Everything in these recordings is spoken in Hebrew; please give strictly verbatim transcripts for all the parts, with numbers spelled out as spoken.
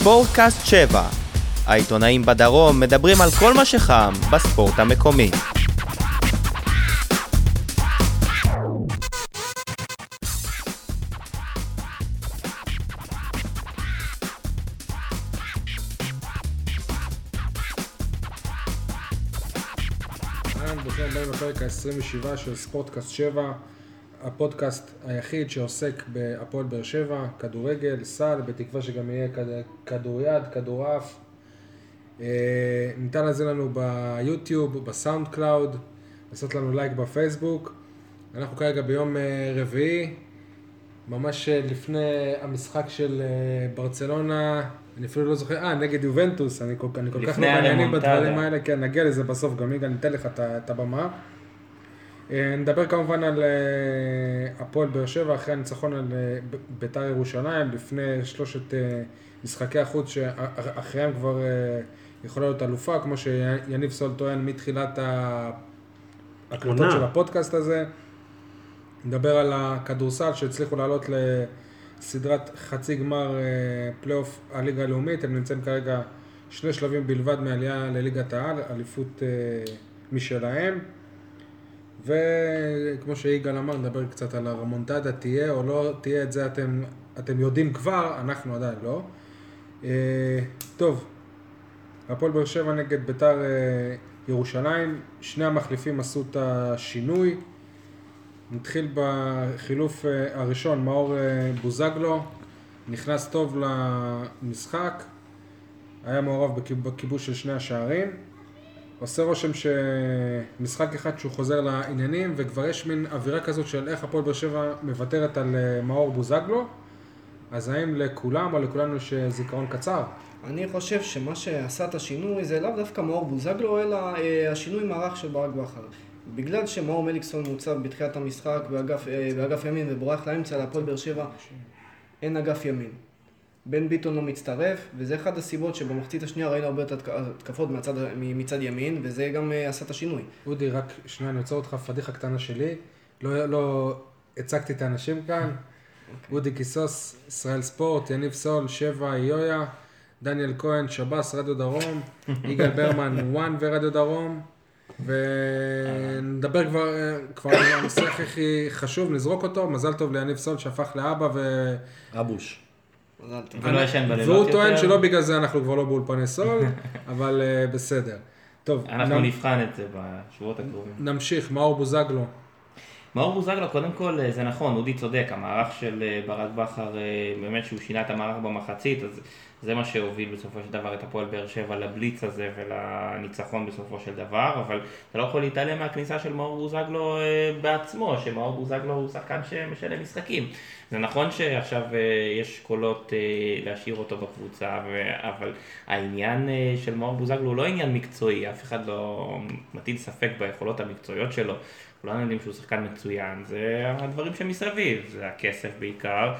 ספורטקאסט שבע. העיתונאים בדרום מדברים על כל מה שחם בספורט המקומי. ברוכים הבאים לפרק ה-עשרים ושבע של ספורטקאסט שבע, הפודקאסט היחיד שעוסק בהפועל באר שבע, כדורגל, סל, בתקווה שגם יהיה כדוריד, כדורעף. ניתן להזין לנו ביוטיוב, בסאונד קלאוד, לעשות לנו לייק בפייסבוק. אנחנו כרגע ביום רביעי, ממש לפני המשחק של ברצלונה, אני אפילו לא זוכר, אה, נגד יובנטוס, אני כל, אני כל כך לא מעניינים בדברים האלה, כן, נגיע לזה בסוף, גם יגאל, ניתן לך את הבמה. נדבר כמובן על הפועל באר שבע, אחרי הניצחון על בית"ר ירושלים, לפני שלושת משחקי החוץ, שאחריהם כבר יכולה להיות אלופה, כמו שיניב סול טוען מתחילת ההקלטות של הפודקאסט הזה. נדבר על הכדורסל שהצליחו לעלות לסדרת חצי גמר פלייאוף הליגה הלאומית, הם נמצאים כרגע שני שלבים בלבד מעלייה לליגת העל, אליפות משלהם. וכמו שיגאל אמר, נדבר קצת על הרמונטדה, תהיה או לא תהיה, את זה אתם, אתם יודעים כבר, אנחנו עדיין לא. טוב, הפועל באר שבע נגד בית"ר ירושלים, שני המחליפים עשו את השינוי. נתחיל בחילוף הראשון, מאור בוזגלו, נכנס טוב למשחק, היה מעורב בכיבוש של שני השערים. עושה רושם שמשחק אחד שהוא חוזר לעניינים, וכבר יש מין אווירה כזאת של איך הפועל באר שבע מוותרת על מאור בוזגלו. אז האם לכולם או לכולנו יש זיכרון קצר? אני חושב שמה שעשה את השינוי זה לאו דווקא מאור בוזגלו, אלא השינוי מערך של ברק בכר. בגלל שמאור מליקסון מוצב בתחילת המשחק באגף, באגף ימין ובורח לאמצע להפועל באר שבע, אין אגף ימין. בן ביטון לא מצטרף, וזה אחד הסיבות שבמחצית השנייה ראינו הרבה התקפות מצד, מצד ימין, וזה גם עשה את השינוי. אודי, רק שנייה, אני רוצה אותך פדיחה קטנה שלי, לא, לא הצגתי את האנשים כאן. Okay. אודי קיסוס, ישראל ספורט, יניב סול, שבע, איויה, דניאל כהן, שבס, רדיו דרום, יגאל ברמן, וואן ורדיו דרום, ונדבר כבר, כבר על הנושא הכי חשוב, נזרוק אותו, מזל טוב ליניב סול שהפך לאבא ו... אבוש. והוא טוען שלא בגלל זה אנחנו כבר לא באולפני סול, אבל בסדר. טוב, אנחנו נבחן את זה בשבועות הקרובים. נמשיך, מאור בוזגלו. מאור בוזגלו, קודם כל זה נכון, אודי צודק, המערך של ברק בכר, באמת שהוא שינה את המערך במחצית, אז זה מה שהוביל בסופו של דבר את הפועל באר שבע לבליץ הזה ולניצחון בסופו של דבר, אבל אתה לא יכול להתעלם מהכניסה של מאור בוזגלו בעצמו, שמאור בוזגלו הוא שחקן שמשלם משחקים. זה נכון שעכשיו יש קולות להשאיר אותו בקבוצה, אבל העניין של מאור בוזגלו הוא לא עניין מקצועי, אף אחד לא מטיל ספק ביכולות המקצועיות שלו. כולנו יודעים שהוא שחקן מצוין, זה הדברים שמסביב, זה הכסף בעיקר,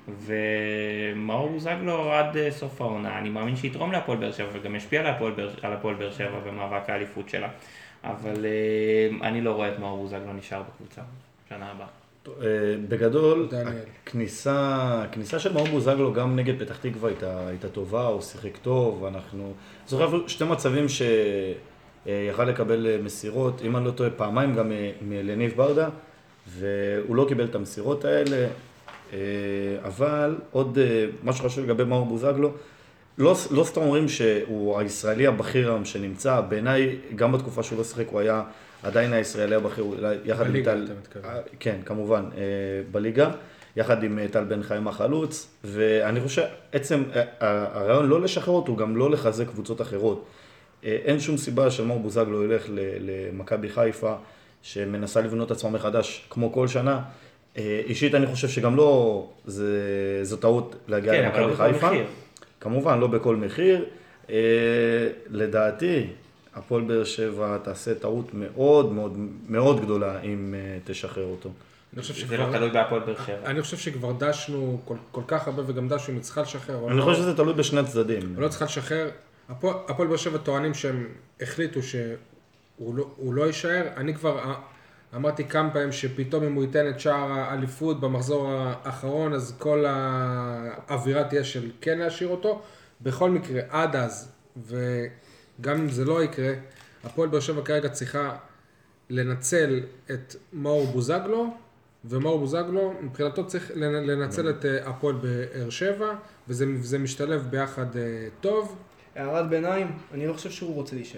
ומאור בוזגלו עד סוף העונה, אני מאמין שיתרום להפועל באר שבע וגם ישפיע על הפועל באר שבע במאבק האליפות שלה, אבל אני לא רואה את מאור בוזגלו נשאר בקבוצה שנה הבאה. בגדול, הכניסה, הכניסה של מאור בוזגלו גם נגד פתח תקווה הייתה, הייתה טובה, הוא שיחק טוב, אנחנו זוכר שתי מצבים ש... יכל לקבל מסירות, אם אני לא טועה, פעמיים גם מלניב ברדה, והוא לא קיבל את המסירות האלה, אבל עוד משהו חשוב לגבי מאור בוזגלו, לא, לא סתם אומרים שהוא הישראלי הבכיר שנמצא, בעיניי גם בתקופה שהוא לא שיחק הוא היה עדיין הישראלי הבכיר, יחד עם טל, כן, כמובן, בליגה, יחד עם טל בן חיים החלוץ, ואני חושב, עצם הרעיון לא לשחרר אותו, גם לא לחזק קבוצות אחרות. אין שום סיבה שמאור בוזגלו ילך למכבי חיפה, שמנסה לבנות עצמה מחדש כמו כל שנה. אישית אני חושב שגם לא, זה, זו טעות להגיע כן, למכבי חיפה. כמובן, לא בכל מחיר. לדעתי, הפועל באר שבע תעשה טעות מאוד מאוד מאוד גדולה אם תשחרר אותו. זה לא תלוי בהפועל באר שבע. אני חושב שכבר דשנו כל, כל כך הרבה וגם דשנו אם צריכה לשחרר. אני חושב שזה תלוי בשני הצדדים. לא צריכה לשחרר. הפועל באר שבע טוענים שהם החליטו שהוא לא, הוא לא יישאר. אני כבר אמרתי כמה פעמים שפתאום אם הוא ייתן את שער האליפות במחזור האחרון, אז כל האווירה תהיה של כן להשאיר אותו. בכל מקרה, עד אז, וגם אם זה לא יקרה, הפועל באר שבע כרגע צריכה לנצל את מאור בוזגלו, ומאור בוזגלו, מבחינתו צריך לנצל את הפועל באר שבע, וזה משתלב ביחד טוב. הערת ביניים, אני לא חושב שהוא רוצה להישאר.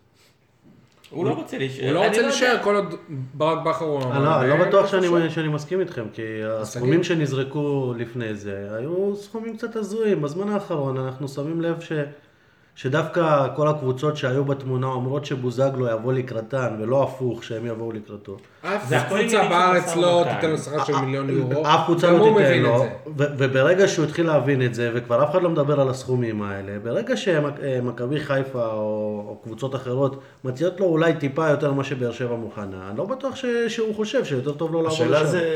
הוא לא רוצה להישאר. הוא לא רוצה להישאר כל עוד ברק בכר הוא... אני לא בטוח שאני מסכים איתכם, כי הסכומים שנזרקו לפני זה היו סכומים קצת הזויים. בזמן האחרון אנחנו שמים לב ש... שדווקא כל הקבוצות שהיו בתמונה אומרות שבוזגלו יבוא לקראתן, ולא הפוך שהם יבואו לקראתו. אף קבוצה בארץ לא תיתן לו שכר של מיליון יורו. אף קבוצה לא תיתן לו, וברגע שהוא התחיל להבין את זה, וכבר אף אחד לא מדבר על הסכומים האלה, ברגע שמכבי חיפה או קבוצות אחרות מציעות לו אולי טיפה יותר ממה שבאר שבע מוכנה, אני לא בטוח שהוא חושב שיותר טוב לו לעבור לשם. השאלה זה,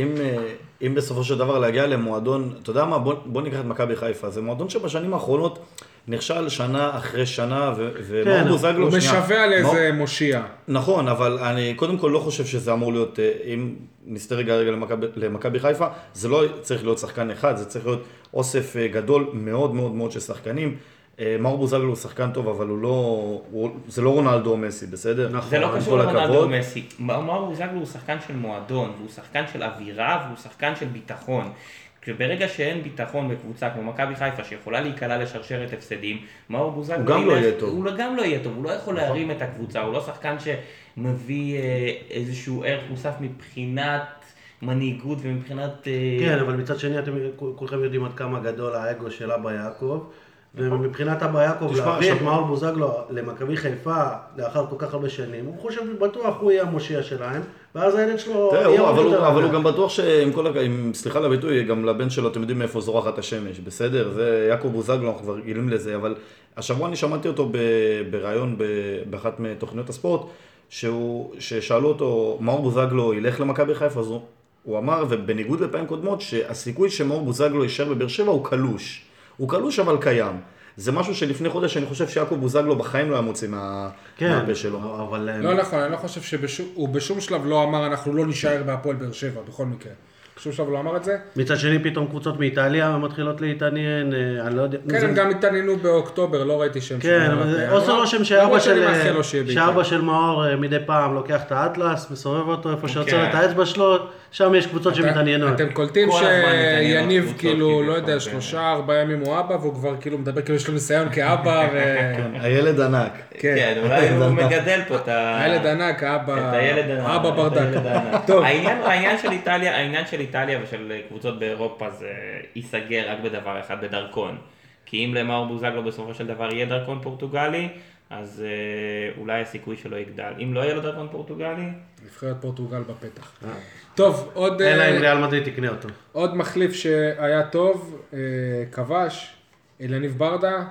אם בסופו של דבר להגיע למועדון, אתה יודע מה, בוא ניקח את מכבי חיפה, זה מועדון שבשנים האחרונות נכשל שנה אחרי שנה, ומאור בוזגלו... הוא משווה על איזה מושיע. נכון, אבל אני קודם כל לא חושב שזה אמור להיות, אם נסתר רגע רגע למכבי חיפה, זה לא צריך להיות שחקן אחד, זה צריך להיות אוסף גדול מאוד מאוד מאוד של שחקנים. מאור בוזגלו הוא שחקן טוב, אבל הוא לא, זה לא רונלדו או מסי, בסדר? זה לא קשור לרונלדו או מסי. מאור בוזגלו הוא שחקן של מועדון, והוא שחקן של אווירה, והוא שחקן של ביטחון. כשברגע שאין ביטחון בקבוצה כמו מכבי חיפה שיכולה להיקלע לשרשרת הפסדים, מאור בוזגלו הוא גם לא יהיה טוב. הוא גם לא יהיה טוב, הוא לא יכול להרים את הקבוצה, הוא לא שחקן שמביא איזשהו ערך מוסף מבחינת מנהיגות ומבחינת... כן, אבל מצד שני אתם כולכם יודעים עד כמה גדול האגו של אבא יעקב, ומבחינת אבא יעקב להביא את מאור בוזגלו למכבי חיפה לאחר כל כך הרבה שנים, הוא חושב בטוח הוא יהיה המושיע שלהם, ואז הילד שלו... אבל הוא גם בטוח שעם כל... סליחה על הביטוי, גם לבן שלו, אתם יודעים מאיפה זורחת השמש, בסדר? זה יעקב בוזגלו, אנחנו כבר גילים לזה, אבל השבוע אני שמעתי אותו בראיון באחת מתוכניות הספורט, ששאלו אותו, מאור בוזגלו ילך למכבי חיפה, אז הוא אמר, ובניגוד לפעמים קודמות, שהסיכוי שמאור בוזגלו יישאר בבאר שבע הוא קלוש. הוא קלוש אבל קיים. זה משהו שלפני חודש אני חושב שיעקב בוזגלו בחיים לא היה מוציא מהפה שלו. לא נכון, אני לא חושב שהוא בשום שלב לא אמר אנחנו לא נשאר בהפועל באר שבע, בכל מקרה. בשום שלב לא אמר את זה. מצד שני פתאום קבוצות מאיטליה מתחילות להתעניין, אני לא יודע... כן, הם גם התעניינו באוקטובר, לא ראיתי שם כן, עושה רושם שאבא של מאור מדי פעם לוקח את האטלס, מסובב אותו איפה שעוצר את האצבע שלו, שם יש קבוצות שמתעניינות. אתם קולטים שיניב כאילו, לא יודע, שלושה, ארבעה ימים הוא אבא, והוא כבר כאילו מדבר כאילו יש לו ניסיון כאבא ו... הילד ענק. כן, אולי הוא מגדל פה את ה... הילד ענק, אבא ברדק. העניין של איטליה, העניין של איטליה ושל קבוצות באירופה זה ייסגר רק בדבר אחד, בדרכון. כי אם למאור בוזגלו בסופו של דבר יהיה דרכון פורטוגלי, אז אה, אולי הסיכוי שלו יגדל. אם לא יהיה לו דרכון פורטוגלי... נבחרת פורטוגל בפתח. טוב, עוד... אלא אם ריאל מדריד תקנה אותו. עוד מחליף שהיה טוב, אה, כבש, אליניב ברדה.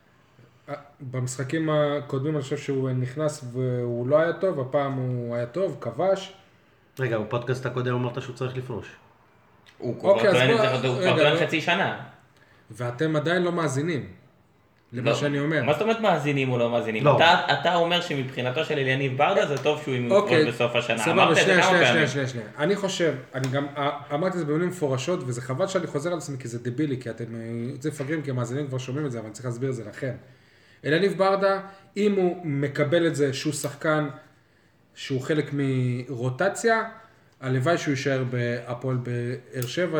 במשחקים הקודמים אני חושב שהוא נכנס והוא לא היה טוב, הפעם הוא היה טוב, כבש. רגע, בפודקאסט הקודם אמרת שהוא צריך לפרוש. הוא כבר טוען חצי שנה. ואתם עדיין לא מאזינים, למה שאני אומר. מה זאת אומרת מאזינים או לא מאזינים? אתה אומר שמבחינתו של אליניב ברדה זה טוב שהוא יפרוש בסוף השנה. אמרת את זה כמה פעמים. שנייה, שנייה. אני חושב, אני גם אמרתי את זה במילים מפורשות, וזה חבל שאני חוזר על עצמי כי זה דבילי, כי אתם יוצאים מפגרים, כי המאזינים כבר שומעים את זה, אבל אני צריך להסביר את זה לכם. אליניב ברדה, אם הוא מקבל את זה שהוא שחקן, שהוא חלק מרוטציה, הלוואי שהוא יישאר בהפועל באר שבע,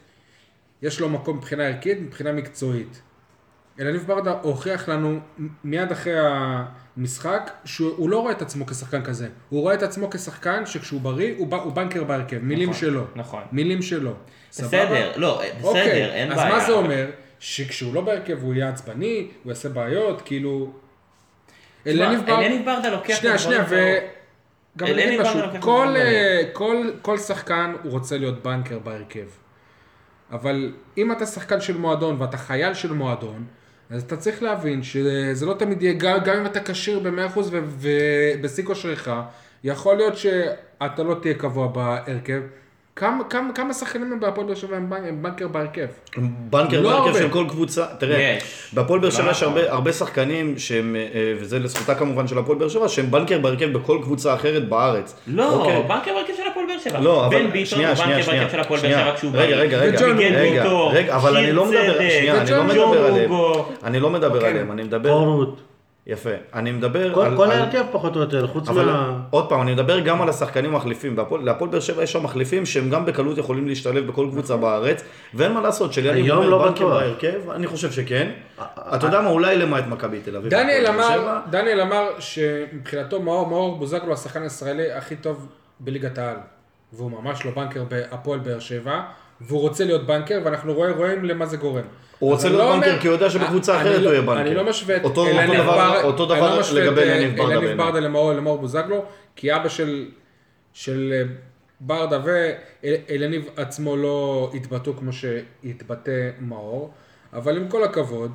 יש לו מקום מבחינה ערכית, מבחינה מקצועית. אליניב ברדה הוכיח לנו מיד אחרי המשחק, שהוא לא רואה את עצמו כשחקן כזה. הוא רואה את עצמו כשחקן שכשהוא בריא, הוא, הוא בנקר בהרכב, מילים נכון, שלו. נכון. מילים שלו. בסדר, לא, בסדר, אוקיי, אין אז בעיה. אז מה זה אומר? שכשהוא לא בהרכב הוא יהיה עצבני, הוא יעשה בעיות, כאילו... אליניב ברדה לוקח... שנייה, שנייה, וגם אני אגיד משהו, כל, כל, כל שחקן הוא רוצה להיות בנקר בהרכב. אבל אם אתה שחקן של מועדון ואתה חייל של מועדון, אז אתה צריך להבין שזה לא תמיד יהיה, גם, גם אם אתה קשיר ב-מאה אחוז ובשיא כושרך, יכול להיות שאתה לא תהיה קבוע בהרכב. כמה, כמה, כמה שחקנים הם בהפועל באר שבע הם בנקר בהרכב? בנקר בהרכב של כל קבוצה, תראה, בהפועל באר שבע יש הרבה, הרבה שחקנים שהם, וזה לזכותה כמובן של הפועל באר שבע, שהם בנקר בהרכב בכל קבוצה אחרת בארץ. לא, בנקר בהרכב של הפועל באר באר שבע. לא, אבל בן ביטון שנייה, הוא שנייה, בנקר שנייה, בהרכב של הפועל באר שנייה. שבע כשהוא רגע, בריא. רגע, רגע, וג'ון רגע, ויטור, רגע, אבל אני לא שיר מדבר, צדק, שנייה, אני לא וג'ון מדבר עליהם, הוגו. אני לא מדבר אוקיי. עליהם, אני מדבר, פורט. יפה, אני מדבר כל על, כל על- ההרכב פחות או יותר, חוץ אבל מה... עוד פעם, אני מדבר גם על השחקנים המחליפים, והפועל- להפועל באר שבע יש שם מחליפים שהם גם בקלות יכולים להשתלב בכל קבוצה בארץ, ואין מה לעשות, שליאני היום אומר לא בנקר בטוח. בהרכב, אני חושב שכן, אתה יודע מה, אולי למעט מכבי תל אביב. דניאל והפועל באר אמר, שבע. דניאל אמר שמבחינתו מאור, מאור בוזגלו השחקן הישראלי הכי טוב בליגת העל. והוא ממש לא בנקר בהפועל באר שבע, והוא רוצה להיות בנקר, ואנחנו רואים, רואים למה זה גורם. הוא אז רוצה אני להיות לא בנקר אומר- כי הוא יודע שבקבוצה אני אחרת לא- הוא יהיה בנקר. אני לא משווה את אותו- אותו אלניב דבר- בר- אותו אני דבר לא משווה לגבי את, אלניב ברדה אלניב בעיניי. ברדה למאור, למאור בוזגלו, כי אבא של, של ברדה ואלניב עצמו לא התבטאו כמו שהתבטא מאור, אבל עם כל הכבוד,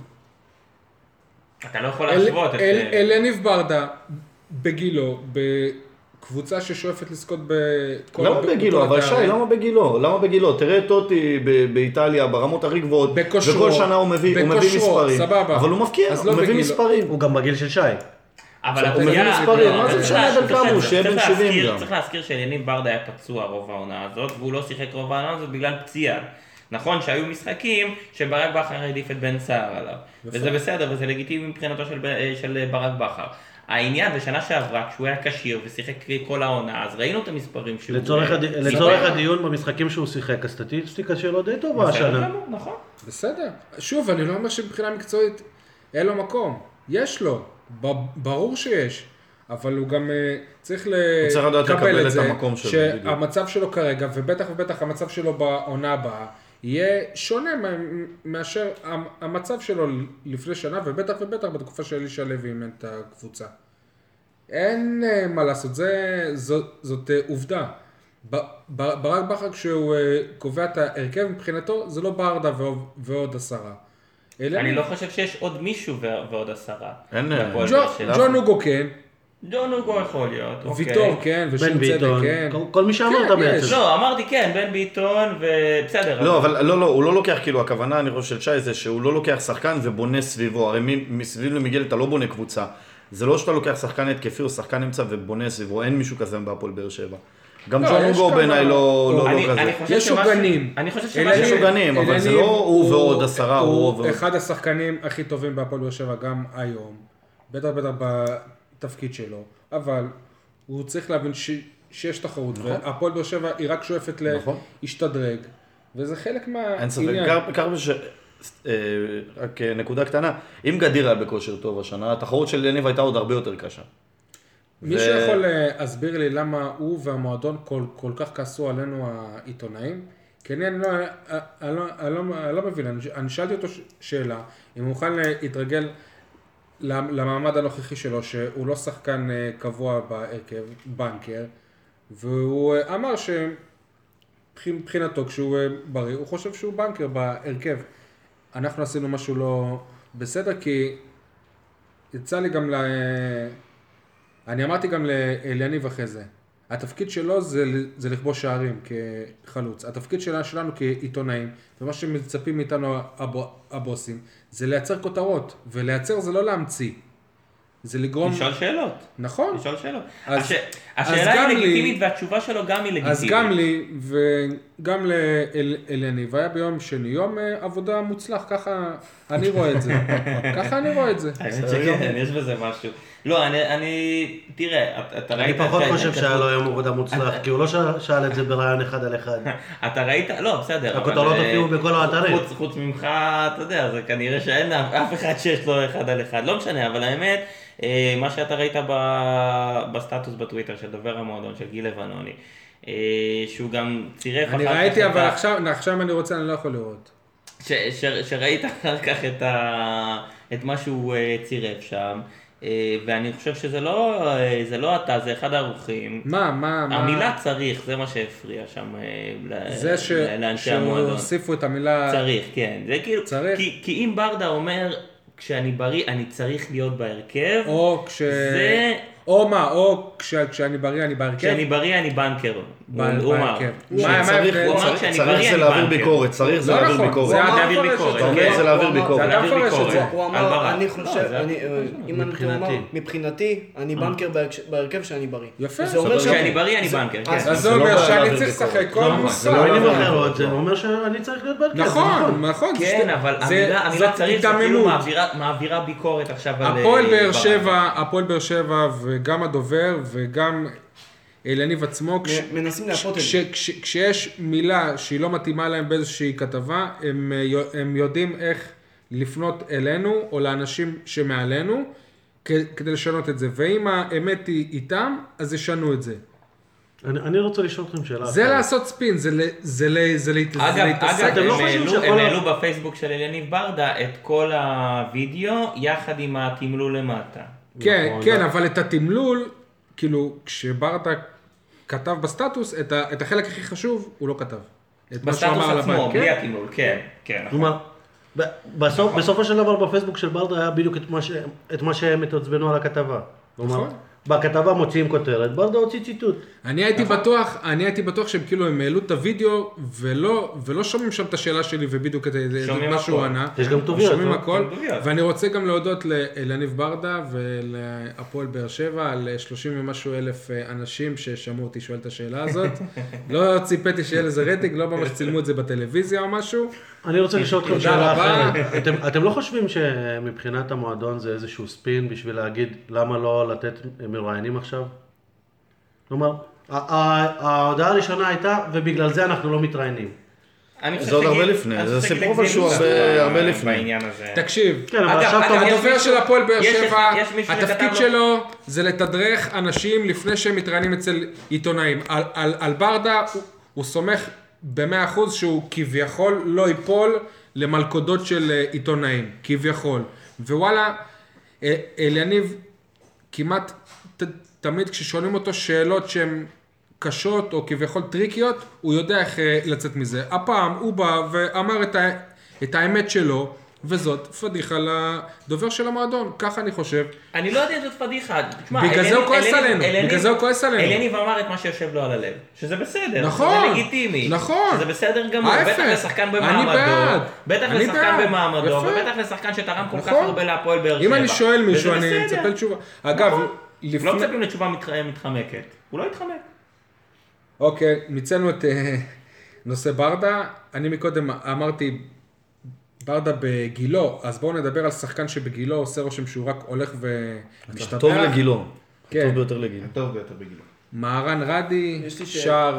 אתה לא יכול אל- להשוות את... אל- אלניב ברדה בגילו, בקבוצה ששואפת לזכות בכל... למה ב- בגילו? בכל אבל שי, התארים. למה בגילו? למה בגילו? תראה את טוטי ב- באיטליה ברמות הכי גבוהות, בכושרו, וכל שנה הוא מביא הוא מביא בכושרו, מספרים. סבבה. אבל הוא מפקיע, אז הוא לא מביא בגילו. מספרים. הוא גם בגיל של שי. אבל הוא מביא הפציעה- מספרים, לא, מה זה אבל משנה צריך- בן כמה הוא, צריך שיהיה בן להזכיר- שבעים גם. צריך להזכיר שאליניב ברדה היה פצוע רוב העונה הזאת, והוא לא שיחק רוב העונה הזאת בגלל פציעה. נכון שהיו משחקים שברק בכר העדיף את בן סער עליו, וזה בסדר וזה לגיטימי מבחינתו של ב- של ברק בכר. העניין בשנה שעברה, כשהוא היה כשיר ושיחק כל העונה, אז ראינו את המספרים שהוא... לצורך הד- סיפר. לצורך הדיון במשחקים שהוא שיחק, הסטטיסטיקה שלו די טובה בסדר השנה. גמור, נכון. בסדר. שוב, אני לא אומר שמבחינה מקצועית אין לו מקום. יש לו. ב- ברור שיש. אבל הוא גם אה, צריך צריך לדעת לקבל לקבל את את זה, המקום שלו, בדיוק. שהמצב שלו כרגע, ובטח ובטח המצב שלו בעונה הבאה, יהיה שונה מה- מאשר המ- המצב שלו לפני שנה, ובטח ובטח בתקופה של אלישע לוי אימן את הקבוצה. אין אה, מה לעשות, זה, זאת, זאת אה, עובדה. ב- ב- ברק בכר כשהוא אה, קובע את ההרכב מבחינתו, זה לא ברדה ועוד, ועוד עשרה. אלא אני לא חושב שיש עוד מישהו ו- ועוד עשרה. אין, בהפועל ג'ו- באר שבע. ג'ון אוגו כן, ג'ון הוגו יכול להיות, אוקיי. ויטור כן, ושיר בן צדק ביטון, כן. כל- כל מי שאמרת כן, בעצם. יש. לא, אמרתי כן, בן ביטון, ובסדר. לא, אבל לא, לא, הוא לא לוקח, כאילו, הכוונה, אני חושב, של שי, זה שהוא לא לוקח שחקן ובונה סביבו, הרי מי- מסביב למיגל אתה לא בונה קבוצה. זה לא שאתה לוקח שחקן התקפי או שחקן אמצע ובונה סביבו, אין מישהו כזה בהפועל באר שבע. גם לא, ג'ון יש הוגו כמה- בעיניי לא לא- אני- לא אני כזה. חושב יש שמשהו- עוגנים. אני חושב אלניב- שמשהו... יש עוגנים, אבל זה אלניב לא הוא ועוד עשרה, הוא הוא ועוד- אחד השחקנים הכי טובים בהפועל באר שבע גם היום, בטח בטח בתפקיד שלו, אבל הוא צריך להבין ש- שיש תחרות, והפועל באר שבע היא רק שואפת נכון. להשתדרג, וזה חלק אין ספק, מהעניין. קר- קר בש... אה, רק אה, נקודה קטנה, אם גדיר היה בכושר טוב השנה, התחרות של יניב הייתה עוד הרבה יותר קשה. מישהו ו- יכול אה, להסביר לי למה הוא והמועדון כל, כל כך כעסו עלינו העיתונאים? כי אני, אני, לא, אה, אני, לא, אני, לא, אני לא מבין, אני, אני שאלתי אותו ש- שאלה, אם הוא מוכן להתרגל למעמד הנוכחי שלו, שהוא לא שחקן אה, קבוע בהרכב, בנקר, והוא אה, אמר שמבחינתו כשהוא אה, בריא, הוא חושב שהוא בנקר בהרכב. אנחנו עשינו משהו לא בסדר, כי יצא לי גם ל... אני אמרתי גם לאליניב אחרי זה, התפקיד שלו זה, זה לכבוש שערים כחלוץ, התפקיד שלנו, שלנו כעיתונאים, ומה שמצפים מאיתנו הבו, הבוסים, זה לייצר כותרות, ולייצר זה לא להמציא, זה לגרום... לשאול שאלות. נכון. לשאול שאלות. אז- הש... אז השאלה גם היא לי- לגיטימית והתשובה שלו גם היא לגיטימית. אז גם לי וגם לאליניב היה ביום שני, יום אה, עבודה מוצלח, ככה אני רואה את זה, ככה אני רואה את זה. האמת שכן, יש בזה משהו. לא, אני, אני, תראה, אתה- אתה אני ראית... פחות את- חושב את- שהיה לו יום עבודה מוצלח, כי הוא לא שאל- שאל את זה ברעיון אחד על אחד. אתה ראית? לא, בסדר. הכותרות אבל, הופיעו אה, בכל האתרים. חוץ, חוץ ממך, אתה יודע, זה כנראה שאין אף אף אחד שיש לו אחד על אחד. לא משנה, אבל האמת, אה, מה שאתה ראית ב- בסטטוס בטוויטר של דובר המועדון, של גיל לבנוני, אה, שהוא גם צירף אני אחר כך ראיתי, את אבל ה- עכשיו עכשיו אני רוצה, אני לא יכול לראות. ש, ש, שראית אחר כך את, ה, את מה שהוא אה, צירף שם, אה, ואני חושב שזה לא, אה, זה לא אתה, זה אחד האורחים. מה, מה, מה? המילה צריך, זה מה שהפריע שם אה, ל- זה ש... ל- לאנשי המועדון. שהוסיפו את המילה... צריך, כן. זה כאילו, צריך. כי, כי אם ברדה אומר, כשאני בריא, אני צריך להיות בהרכב, או כש... זה, או מה, או כשאני בריא אני בהרכב? כשאני בריא אני בנקר. הוא אמר. צריך זה להעביר ביקורת, צריך זה להעביר ביקורת. זה להעביר ביקורת. אתה אומר זה להעביר ביקורת. הוא אמר, אני חושב, אם אני אומר, מבחינתי, אני בנקר בהרכב שאני בריא. יפה. כשאני בריא אני בנקר. אז זה אומר שאני צריך לשחק כל מושג. זה לא מילים אחרות, זה אומר שאני צריך להיות בהרכב. נכון, נכון. כן, אבל המילה צריך זה כאילו מעבירה ביקורת עכשיו על... הפועל באר שבע, הפועל באר שבע וגם הדובר וגם אליניב עצמו, מנסים להפות את זה. כשיש מילה שהיא לא מתאימה להם באיזושהי כתבה, הם יודעים איך לפנות אלינו או לאנשים שמעלינו כדי לשנות את זה. ואם האמת היא איתם, אז ישנו את זה. אני, אני רוצה לשאול אתכם שאלה. זה לעשות ספין, זה, זה, זה, זה להתעסק. אגב, אגב, הם, לא העלו, הם העלו בפייסבוק של אליניב ברדה את כל הוידאו יחד עם התמלול למטה. כן, נכון, כן, לא. אבל את התמלול, כאילו, כשברדה כתב בסטטוס, את, ה, את החלק הכי חשוב, הוא לא כתב. בסטטוס עצמו, בלי התמלול, כן, כן. כלומר, בסוף, בסופו של דבר בפייסבוק של ברדה היה בדיוק את מה, ש, את מה שהם התעצבנו על הכתבה. נכון. בכתבה מוציאים כותרת, ברדה הוציא ציטוט. אני הייתי בטוח, אני הייתי בטוח שהם כאילו הם העלו את הוידאו ולא, ולא שומעים שם את השאלה שלי ובדיוק את מה שהוא ענה. יש גם טוביות. שומעים הכל. ואני רוצה גם להודות לאליניב ברדה ולהפועל באר שבע על שלושים ומשהו אלף אנשים ששמעו אותי שואל את השאלה הזאת. לא ציפיתי שיהיה לזה רייטינג, לא ממש צילמו את זה בטלוויזיה או משהו. אני רוצה לשאול אתכם שאלה אחרת. אתם, אתם לא חושבים שמבחינת המועדון זה איזשהו ספין בשביל להגיד למה לא לתת מרואיינים עכשיו? כלומר, ההודעה הראשונה הייתה ובגלל זה אנחנו לא מתראיינים. זה עוד הרבה לפני, זה סיפור אבל שהוא הרבה לפני. תקשיב, הדובר של הפועל באר שבע, התפקיד שלו זה לתדרך אנשים לפני שהם מתראיינים אצל עיתונאים. על ברדה הוא סומך במאה אחוז שהוא כביכול לא ייפול למלכודות של עיתונאים, כביכול. ווואלה, אליניב כמעט ת, תמיד כששואלים אותו שאלות שהן קשות או כביכול טריקיות, הוא יודע איך לצאת מזה. הפעם הוא בא ואמר את, ה, את האמת שלו, וזאת פדיחה לדובר של המועדון, ככה אני חושב. אני לא יודע אם זאת פדיחה. בגלל זה הוא כועס עלינו, בגלל זה הוא כועס עלינו. אליניב אמר את מה שיושב לו על הלב, שזה בסדר, נכון, שזה לגיטימי, נכון, שזה בסדר גמור, בטח לשחקן במעמדו, בטח לשחקן במעמדו, ובטח לשחקן שתרם כל כך הרבה להפועל באר שבע. אם אני שואל מישהו, אני מצפה לתשובה. אגב, לא מצפים לתשובה מתחמקת, הוא לא יתחמק. אוקיי, ניצלנו את נושא ברדה, אני מקודם אמרתי, ברדה בגילו, אז בואו נדבר על שחקן שבגילו עושה רושם שהוא רק הולך ומשתפח. טוב לגילו. כן. טוב ביותר לגילו. טוב ביותר בגילו. מהרן רדי, שער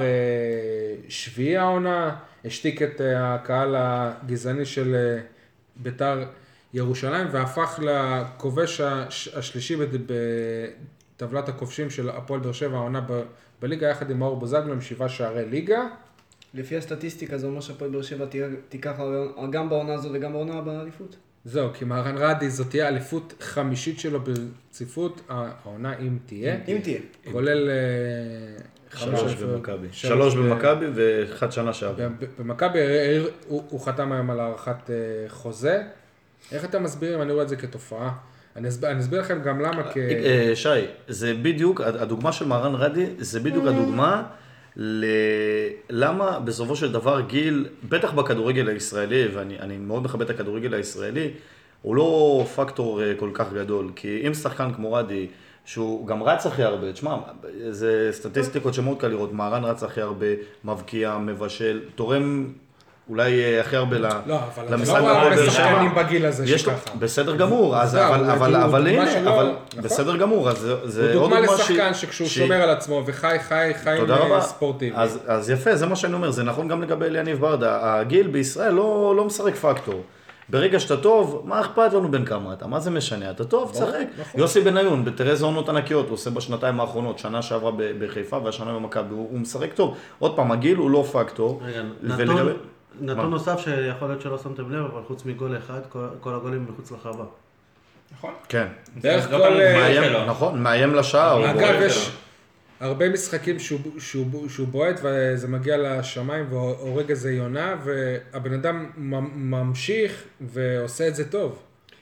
שביעי העונה, השתיק את הקהל הגזעני של בית"ר ירושלים, והפך לכובש השלישי בטבלת הכובשים של הפועל באר שבע העונה בליגה, יחד עם מאור בוזגלו עם שבעה שערי ליגה. לפי הסטטיסטיקה זה אומר שהפועל באר שבע תיקח גם בעונה הזו וגם בעונה באליפות. זהו, כי מהרן רדי זאת תהיה אליפות חמישית שלו ברציפות, העונה אם תהיה. אם תהיה. כולל... שלוש במכבי. שלוש במכבי ואחת שנה שעברה. במכבי הוא חתם היום על הערכת חוזה. איך אתם מסבירים? אני רואה את זה כתופעה. אני אסביר לכם גם למה כ... שי, זה בדיוק, הדוגמה של מהרן רדי, זה בדיוק הדוגמה למה בסופו של דבר גיל, בטח בכדורגל הישראלי, ואני מאוד מכבד את הכדורגל הישראלי, הוא לא פקטור כל כך גדול, כי אם שחקן כמו רדי, שהוא גם רץ הכי הרבה, תשמע, זה סטטיסטיקות שמאוד קל לראות, מהרן רץ הכי הרבה, מבקיע, מבשל, תורם אולי הכי הרבה למשחק. לא, אבל אתה לא רואה הרבה שחקנים בגיל הזה שככה. בסדר גמור, אבל הנה, בסדר גמור, אז זה עוד דוגמה לשחקן שכשהוא שומר על עצמו וחי, חי, חי ספורטיבי. אז יפה, זה מה שאני אומר, זה נכון גם לגבי אליניב ברדה, הגיל בישראל לא משחק פקטור. ברגע שאתה טוב, מה אכפת לנו בין כמה אתה? מה זה משנה? אתה טוב, תשחק. יוסי בניון, בתראה איזה עונות ענקיות, הוא עושה בשנתיים האחרונות, שנה שעברה בחיפה והשנה במכבי, הוא משחק טוב. עוד פעם, הגיל הוא לא פקטור. נתון נוסף שיכול להיות שלא שמתם לב, אבל חוץ מגול אחד, כל הגולים מחוץ לחרבה. נכון. כן. דרך כל... נכון, מאיים לשעה. אגב, יש הרבה משחקים שהוא בועט וזה מגיע לשמיים והורג איזה יונה, והבן אדם ממשיך ועושה את זה טוב.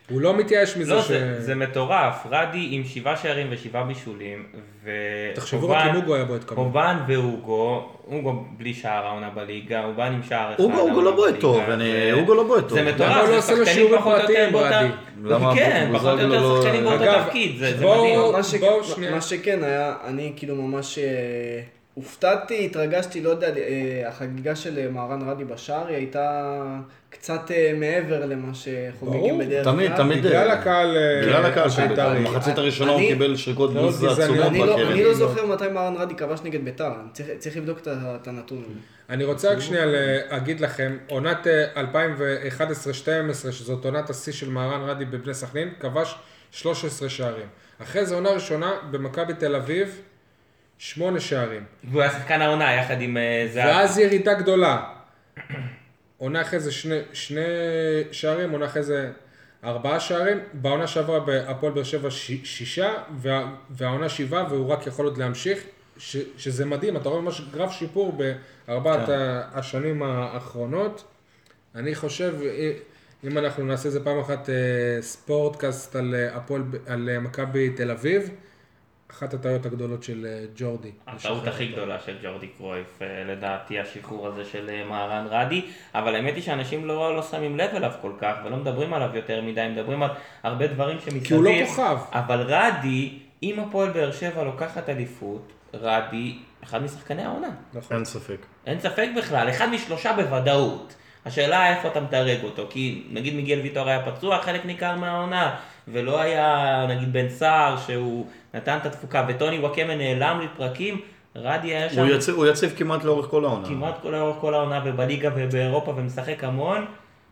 הוא לא מתייאש מזה לא, ש... זה, זה מטורף, רדי עם שבעה שערים ושבעה בישולים, תחשבו רק אם אוגו היה בועט כמובן. אובן ואוגו, אוגו בלי שער העונה בליגה, אובן עם שער אחד. אוגו לא בועט טוב, אוגו לא בועט טוב. זה מטורף, זה שחקנים פחות או יותר באותה... למה כן, פחות או יותר שחקנים באותו תפקיד, זה מדהים. מה שכן היה, אני כאילו ממש הופתעתי, התרגשתי, לא יודע, החגיגה של מהרן רדי בשער היא הייתה קצת מעבר למה שחוגגים בדרך כלל. תמיד, תמיד. בגלל הקהל... בגלל הקהל של בית"ר. במחצית הראשונה הוא קיבל שריקות בוז עצומות בקרן. אני לא זוכר מתי מהרן רדי כבש נגד בית"ר, צריך לבדוק את הנתון. אני רוצה רק שנייה להגיד לכם, עונת אלפיים ואחת עשרה שתים עשרה, שזאת עונת השיא של מהרן רדי בבני סכנין, כבש שלושה עשר שערים. אחרי זה עונה ראשונה במכבי תל אביב, שמונה שערים. והוא היה שחקן העונה יחד עם זהב. ואז ירידה גדולה. עונה אחרי זה שני, שני שערים, עונה אחרי זה ארבעה שערים. בעונה שעברה בהפועל באר שבע שישה, וה, והעונה שבעה, והוא רק יכול עוד להמשיך. ש, שזה מדהים, אתה רואה ממש גרף שיפור בארבעת כן. השנים האחרונות. אני חושב, אם אנחנו נעשה זה פעם אחת ספורטקאסט על, הפועל, על מכבי תל אביב, אחת הטעויות הגדולות של ג'ורדי. הטעות הכי גדולה של ג'ורדי קרויף, לדעתי, השחרור הזה של מהרן רדי, אבל האמת היא שאנשים לא, לא שמים לב אליו כל כך, ולא מדברים עליו יותר מדי, מדברים על הרבה דברים שמסביב. כי הוא לא כוכב. אבל רדי, אם הפועל באר שבע לוקחת אליפות, רדי, אחד משחקני העונה. נכון. אין ספק. אין ספק בכלל, אחד משלושה בוודאות. השאלה איפה אתה מתרג אותו, כי נגיד מיגל ויטור היה פצוע, חלק ניכר מהעונה, ולא היה נגיד בן סער שהוא נתן את התפוקה, וטוני וואקמה נעלם לפרקים, רדי היה שם... הוא יציב, הוא יציב כמעט לאורך כל העונה. כמעט לאורך כל העונה, ובליגה ובאירופה, ומשחק המון,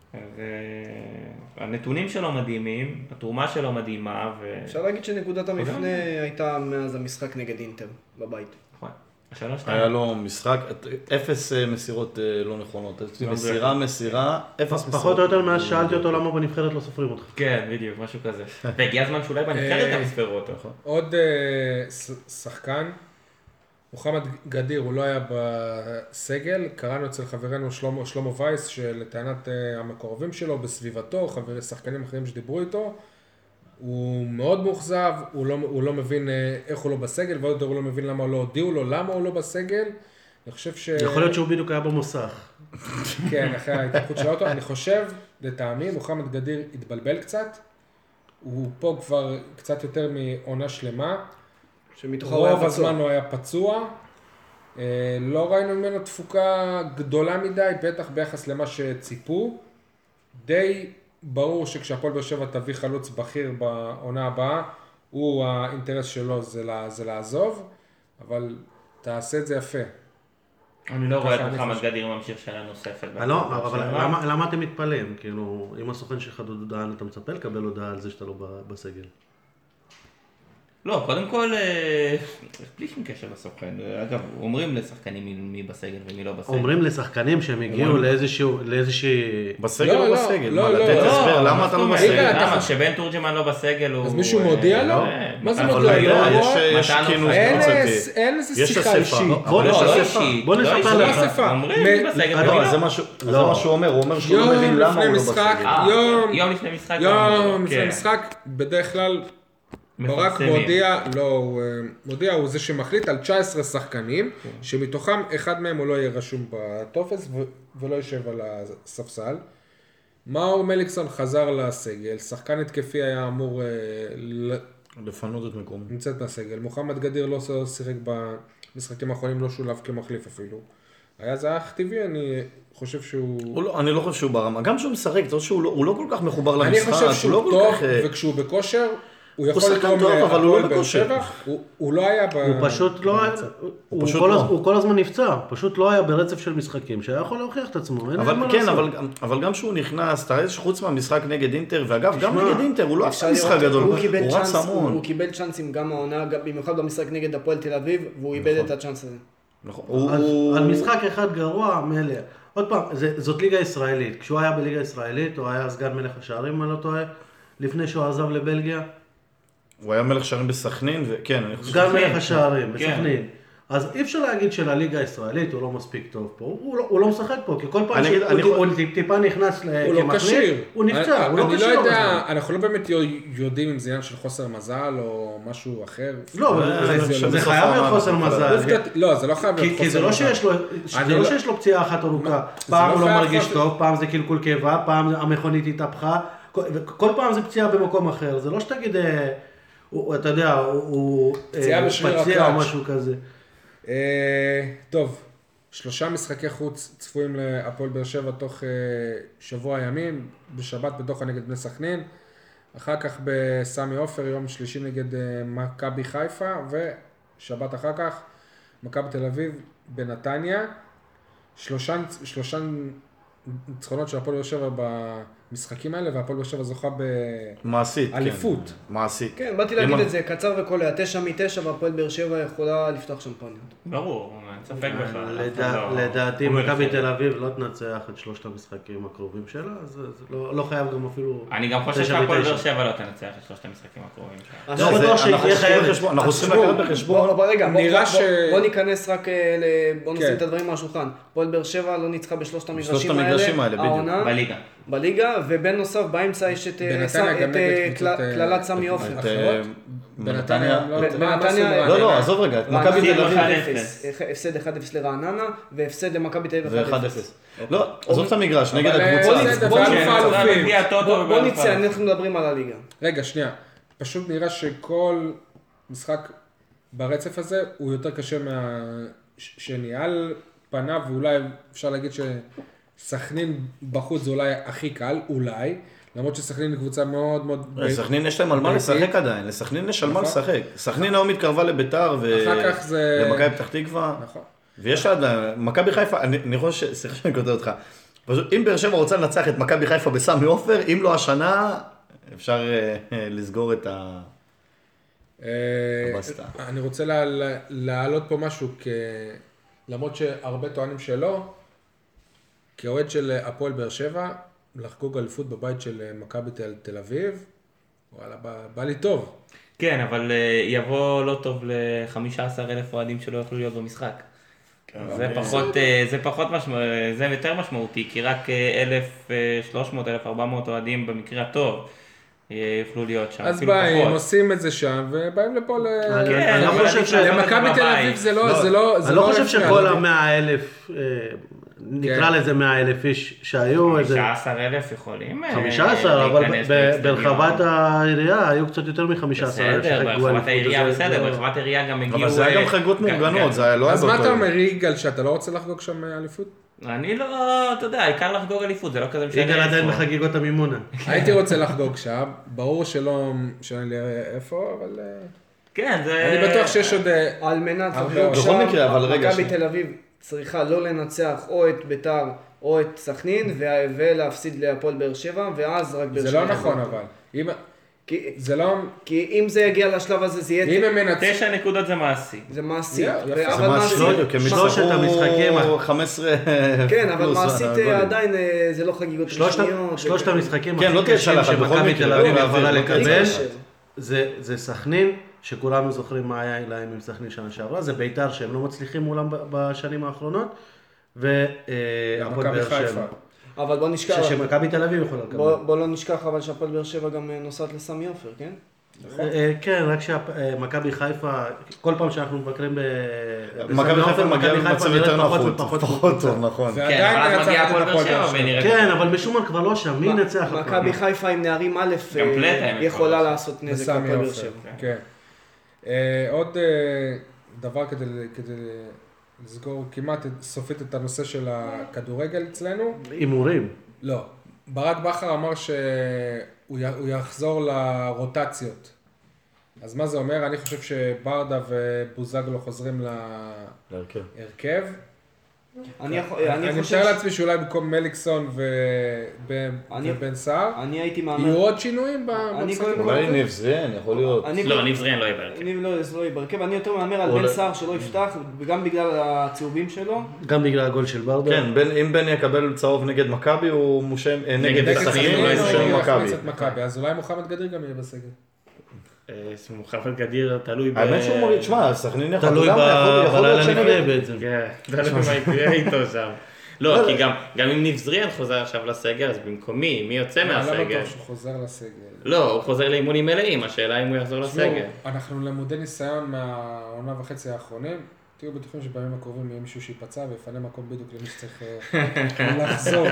והנתונים שלו מדהימים, התרומה שלו מדהימה, ו... אפשר להגיד שנקודת המפנה הייתה מאז המשחק נגד אינטר, בבית. נכון. היה לו משחק, אפס מסירות לא נכונות, מסירה, מסירה, אפס מסירות. פחות או יותר מאז שאלתי אותו למה בנבחרת לא סופרים אותך. כן, בדיוק, משהו כזה. והגיע הזמן שאולי בנבחרת גם יספרו אותו. עוד שחקן, מוחמד גדיר, הוא לא היה בסגל, קראנו אצל חברנו שלמה וייס, שלטענת המקורבים שלו, בסביבתו, חברי שחקנים אחרים שדיברו איתו, הוא מאוד מאוכזב, הוא לא, הוא לא מבין איך הוא לא בסגל, ועוד יותר הוא לא מבין למה לא הודיעו לו, למה הוא לא בסגל. אני חושב ש... יכול להיות שהוא בדיוק היה במוסך. כן, אחרי ההתפתחות של האוטו. אני חושב, לטעמי, מוחמד גדיר התבלבל קצת. הוא פה כבר קצת יותר מעונה שלמה. רוב הזמן הוא היה פצוע. לא ראינו ממנו תפוקה גדולה מדי, בטח ביחס למה שציפו. די... ברור שכשהפועל באר שבע תביא חלוץ בכיר בעונה הבאה, הוא האינטרס שלו זה, לה, זה לעזוב, אבל תעשה את זה יפה. אני לא רואה את מוחמד גדיר ממשיך שנה נוספת. לא, אבל למה, למה אתם מתפלאים? כאילו, אם הסוכן שלך הודעה, אתה מצפה לקבל הודעה על זה שאתה לא בסגל? לא, קודם כל, בלי שום קשר לסוכן. אגב, אומרים לשחקנים מי בסגל ומי לא בסגל. אומרים לשחקנים שהם הגיעו לאיזושהי... בסגל או בסגל? מה, לתת הסבר? למה אתה לא בסגל? למה? שבן תורג'מן לא בסגל הוא... אז מישהו מודיע לו? מה זה מודיע לו? יש כינוס קבוצתי. אין איזה שיחה אישית. בוא נספר לך. אומרים בסגל. לא, זה מה שהוא אומר. הוא אומר שהוא לא מבין למה הוא לא בסגל. יום לפני משחק. יום לפני משחק, בדרך כלל... ברק מודיע, לא, הוא מודיע, הוא זה שמחליט על תשע עשרה שחקנים, שמתוכם אחד מהם הוא לא יהיה רשום בטופס ולא יושב על הספסל. מאור מליקסון חזר לסגל, שחקן התקפי היה אמור לפנות את מקום. נמצאת בסגל, מוחמד גדיר לא שיחק במשחקים האחרונים, לא שולב כמחליף אפילו. היה זה אך טבעי, אני חושב שהוא... אני לא חושב שהוא ברמה, גם שהוא משחק, הוא לא כל כך מחובר למשחק. אני חושב שהוא טוב, וכשהוא בכושר... הוא יכול לתרום טוב, אבל הוא לא בכושר. הוא לא היה ב... הוא פשוט לא היה... הוא כל הזמן נפצע, פשוט לא היה ברצף של משחקים, שהיה יכול להוכיח את עצמו. כן, אבל גם שהוא נכנס, תראה שחוץ מהמשחק נגד אינטר, ואגב, גם נגד אינטר, הוא לא עשה משחק גדול, הוא רץ המון. הוא קיבל צ'אנסים גם העונה, במיוחד במשחק נגד הפועל תל אביב, והוא איבד את הצ'אנס הזה. על משחק אחד גרוע, מלא. עוד פעם, זאת ליגה ישראלית. כשהוא היה בליגה ישראלית, הוא היה סגן מלך השערים, אני לא טועה, לפני שהוא עזב לבלגיה. הוא היה מלך שערים בסכנין, וכן, אני חושב... סגן מלך השערים, בסכנין. אז אי אפשר להגיד שלליגה הישראלית הוא לא מספיק טוב פה, הוא לא, הוא לא משחק פה, כי כל פעם אני אגיד- אני שהוא יכול- הוא טיפה נכנס הוא לא כמחליף, כשיר. הוא נפצע, אני- הוא לא אני כשיר. לא יודע, בזמן. אנחנו לא באמת יודעים אם זה עניין של חוסר מזל או משהו אחר. לא, אבל אה, זה- אני זה- חושב זה בסוף חייב להיות העונה חוסר אנחנו מזל. עובדתית- לא, זה לא חייב להיות כי, חוסר כי זה לא מזל. שיש לו, אני זה לא לא- שיש לו פציעה אחת ארוכה, זה פעם לא הוא לא חייב מרגיש חוסר- טוב, פעם זה קלקול קיבה, פעם המכונית התהפכה, כל, וכל פעם זה פציעה במקום אחר, זה לא שתגיד, אה, הוא, אתה יודע, הוא, הוא פציעה אה, בשריר פציע או הקלאץ'. משהו כזה. אה, טוב, שלושה משחקי חוץ צפויים להפועל באר שבע תוך אה, שבוע ימים, בשבת בדוחה נגד בני סכנין, אחר כך בסמי עופר, יום שלישי נגד אה, מכבי חיפה, ושבת אחר כך מכבי תל אביב בנתניה. שלושה, שלושה ניצחונות של הפועל באר שבע במשחקים האלה, והפועל באר שבע זוכה מעשית, באליפות. כן. מעשית. כן, באתי להגיד אם- את זה, קצר וקולע, תשע מתשע והפועל באר שבע יכולה לפתוח שמפניות. ברור, אין ספק בכלל. לדע- אף אחד לא- לדעתי הוא מכבי מלך. תל אביב לא תנצח את שלושת המשחקים הקרובים שלה, אז זה לא לא חייב גם אפילו... אני גם חושב תשע שהפועל מתשע. באר שבע לא תנצח את שלושת המשחקים הקרובים שלה. לא זה- בטוח שהיא אנחנו תהיה צריכים חייבת. בחשבון- אנחנו צריכים תשמעו, לקחת בחשבון. בוא, בוא, רגע, בוא, נראה בוא, ש- בוא, בוא ניכנס רק, אה, ל- בוא נשים כן. את הדברים על השולחן. הפועל באר שבע לא ניצחה בשלושת המגרשים המגרשים האלה, בדיוק. העונה, בליגה. בליגה, ובנוסף באמצע יש את אה, בנתניה סם- גם את, נגד אה, קבוצות, קל- אה, קללת סמי עופר. את, אחרות? אה, בנתניה, לא- בנתניה- מה- מה עשו בנתניה- לא, לא, ברעננה? עזוב רגע, את רעננה מכבי תל אביב. אחד אפס, הפסד אחד אפס לרעננה, והפסד למכבי תל אביב ו-אחד אפס. לא, עזוב את המגרש, נגד אבל, הקבוצה. אה, בסדר, בוא בוא נצא, נצא, אלופים. זה היה בגביע הטוטו בוא- בוא ובאלוף נצא, הארץ. אנחנו מדברים על הליגה. רגע, שנייה. פשוט נראה שכל משחק ברצף הזה הוא יותר קשה מהשני. על פניו, ואולי אפשר להגיד שסכנין בחוץ זה אולי הכי קל, אולי. למרות שסכנין היא קבוצה מאוד מאוד... לסכנין יש להם על מה ביתית. לשחק עדיין, לסכנין יש על מה נכון. לשחק. סכנין היום מתקרבה לביתר אחר כך זה- ולמכבי פתח תקווה. נכון. ויש לה עדיין, מכבי חיפה, אני אני חושב ש... סליחה שאני כותב אותך. פשוט אם באר שבע רוצה לנצח את מכבי חיפה בסמי עופר, אם לא השנה, אפשר אה, לסגור את ה... אה, הבסטה. אני רוצה לה- לה- להעלות פה משהו, כ- למרות שהרבה טוענים שלא, כאוהד של הפועל באר שבע, לחגוג אליפות בבית של מכבי תל- תל אביב, וואלה, בא- בא לי טוב. כן, אבל אה, יבוא לא טוב ל-חמישה עשר אלף אוהדים שלא יוכלו להיות במשחק. זה פחות, אה, זה פחות משמעותי, זה יותר משמעותי, כי רק אה, אלף ושלוש מאות, אלף וארבע מאות אוהדים במקרה הטוב אה, יוכלו להיות שם, אז אפילו באים, פחות. עושים את זה שם, ובאים לפה ל... אני- כן, אני לא אבל חושב עדיף ש- לעשות את זה למכבי תל בבית. אביב זה לא, זה לא, זה אני לא חושב יפריע, שכל לא- המאה אלף, אה, נקרא לזה מאה אלף איש שהיו, איזה חמישה עשר אלף יכולים אה, חמישה עשר, אבל להיכנס ב- לאצטדיון. ברחבת העירייה היו קצת יותר מ-חמישה עשר אלף בסדר, שחגגו ברחבת אליפות, העירייה וזה- בסדר, זה- ברחבת העירייה גם הגיעו... אבל זה היה אה, גם חגיגות גם- מאורגנות, גם- זה היה לא היה אז מה באותו אתה יום. אומר, יגאל, שאתה לא רוצה לחגוג שם אליפות? אני לא, אתה יודע, העיקר לחגוג אליפות, זה לא כזה משנה יגאל עדיין איפה. בחגיגות המימונה. הייתי רוצה לחגוג שם, ברור שלא משנה לי איפה, אבל אה, כן, זה... אני בטוח שיש עוד... אה, על מנת הרבה לחגוג עוד. בכל מקרה, אבל רגע, מכבי שנייה. תל אביב צריכה לא לנצח או את ביתר או את סכנין ו- ולהפסיד להפועל באר שבע, ואז רק באר זה שבע. לא נכון אבל. אם- כי, זה לא... כי אם זה יגיע לשלב הזה זה אם יהיה... הם מנצחים... תשע נקודות זה מעשי. זה מעשי. יפה, ו- זה אבל זה מעשי- משהו, כי הם שלושת יצטרכו המשחקים ה- חמש עשרה כן, אבל פלוס מעשית גולים. אה, עדיין אה, זה לא חגיגות שלושת רשמיות. שלושת זה- המשחקים כן, לא הכי תהיה קשים צלחת, בכל שמכבי מקרה, תל אביב לא, יכולה לא, לקבל, בלי קשה. קשר. זה זה סכנין, שכולנו זוכרים מה היה להם עם סכנין שנה שעברה, זה ביתר שהם לא מצליחים מולם ב- בשנים האחרונות, והפועל מכבי באר חיפה. שבע. אבל בוא נשכח, ש- שמכבי תל אביב יכולה בוא, לקבל. בוא לא נשכח אבל שהפועל באר שבע גם אה, נוסעת לסמי עופר, כן? אה, אה, כן, רק שמכבי חיפה, כל פעם שאנחנו מבקרים ב... מכבי בסמי חיפה עופר, מגיעה מכבי חיפה במצב נראית יותר פחות נחות, ופחות פחות קבוצה. טוב, נכון. כן, ועדיין אבל אז מגיע מנצחת את הפועל באר הפועל שבע באר שבע. ונראית... כן, אבל משום מה כבר לא שם, מי ינצח? אותם? מכבי חיפה עם נערים א' גם אה, פלטה הם יכולה יכולים לעשות נזק בסמי להפועל באר עופר. שבע. כן. אה, עוד אה, דבר כדי כדי לסגור כמעט סופית את הנושא של הכדורגל אצלנו. הימורים. לא. ברק בכר אמר שהוא י- הוא יחזור לרוטציות. אז מה זה אומר? אני חושב שברדה ובוזגלו חוזרים להרכב. להרכב. אני יכול- אני אני אני חושב מתאר ש- לעצמי שאולי במקום מליקסון ובן אני- ובן סער, אני הייתי יהיו מאמין... עוד שינויים ב- אני במשחקים קודם כל- אולי הקרובים? ניב זריאן, יכול להיות. אני- לא, ניב זריאן לא יהיה בהרכב. אני לא, זה לא יהיה בהרכב, אני יותר מהמר על אולי- בן סער שלא יפתח, וגם בגלל הצהובים שלו. גם בגלל הגול של ברדה. כן, בן- אם בן יקבל צהוב נגד מכבי, הוא מושם, אה, נגד נגד סכנין, סכנין, הוא הוא לא מושם ישחק. הוא מכבי. יחמיץ את מכבי, אז אולי מוחמד גדיר גם יהיה בסגל. מוחמד גדיר תלוי ב... האמת שהוא מוריד, שמע, סכנין יכול... תלוי בלילה לפני בעצם. כן, תלוי מה יקרה איתו שם. לא, כי גם אם ניב זריאן חוזר עכשיו לסגל, אז במקומי, מי יוצא מהסגל? אני לא בטוח שהוא חוזר לסגל. לא, הוא חוזר לאימונים מלאים, השאלה אם הוא יחזור לסגל. אנחנו למודי ניסיון מהעונה וחצי האחרונים, תהיו בטוחים שבימים הקרובים יהיה מישהו שיפצע ויפנה מקום בדיוק למי שצריך לחזור.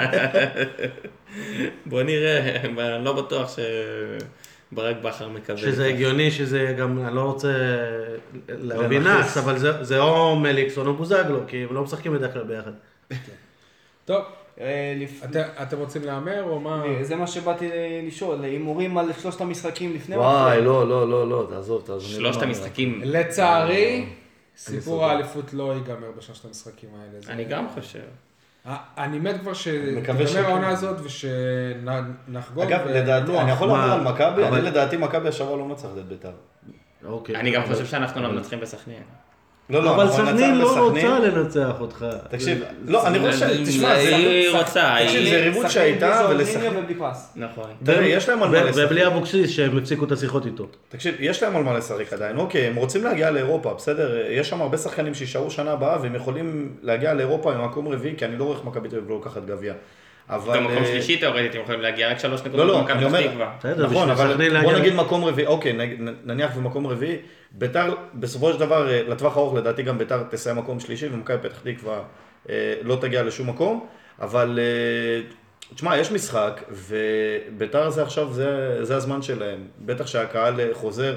בוא נראה, אני לא בטוח שברק בכר מקווה. שזה הגיוני, שזה גם, אני לא רוצה להביא נס, אבל זה או מליקסון או בוזגלו, כי הם לא משחקים בדרך כלל ביחד. טוב, אתם רוצים להמר או מה? זה מה שבאתי לשאול, הימורים על שלושת המשחקים לפני או וואי, לא, לא, לא, לא, תעזוב, תעזוב. שלושת המשחקים. לצערי, סיפור האליפות לא ייגמר בשלושת המשחקים האלה. אני גם חושב. אני מת כבר שתגמר העונה הזאת ושנחגוג. אגב, לדעתי, אני יכול לדבר על מכבי, אני לדעתי מכבי השבוע לא מצליח את בית"ר. אני גם חושב שאנחנו לא מנצחים בסכנין. לא, לא, אבל סכנין לא רוצה לנצח אותך. תקשיב, לא, אני חושב, תשמע, היא רוצה, תקשיב, זה ריבות שהייתה ולסכנין. נכון. תראה, יש להם על מה לשחק. ובלי אבוקסיס שהם הפסיקו את השיחות איתו. תקשיב, יש להם על מה לשחק עדיין, אוקיי, הם רוצים להגיע לאירופה, בסדר? יש שם הרבה שחקנים שישארו שנה הבאה והם יכולים להגיע לאירופה במקום רביעי, כי אני לא רואה איך מכבי תל אביב לא לוקחת גביע. במקום שלישי תיאורטית הם יכולים להגיע רק שלוש נקודות. לא, לא, אני אומר, בסדר, נכון, בשביל אבל סכנין בוא להגיע- נגיד מקום רביעי, אוקיי, נניח במקום רביעי, ביתר, בסופו של דבר, לטווח הארוך, לדעתי גם ביתר תסיים מקום שלישי, ומכבי פתח תקווה לא תגיע לשום מקום, אבל תשמע, יש משחק, וביתר זה עכשיו, זה, זה הזמן שלהם, בטח שהקהל חוזר,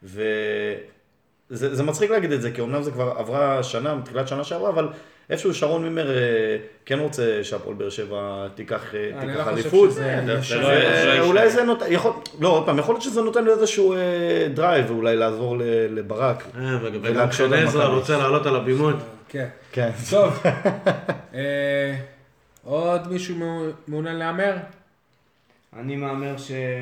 וזה זה מצחיק להגיד את זה, כי אומנם זה כבר עברה שנה, מתחילת שנה שעברה, אבל איפשהו שרון מימר כן רוצה שהפועל באר שבע תיקח אליפות. אולי זה נותן, לא, עוד פעם, יכול להיות שזה נותן לו איזשהו דרייב, ואולי לעזור לברק. וגם כשנזרה רוצה לעלות על הבימות. כן. כן. טוב. עוד מישהו מעוניין להמר? אני מאמר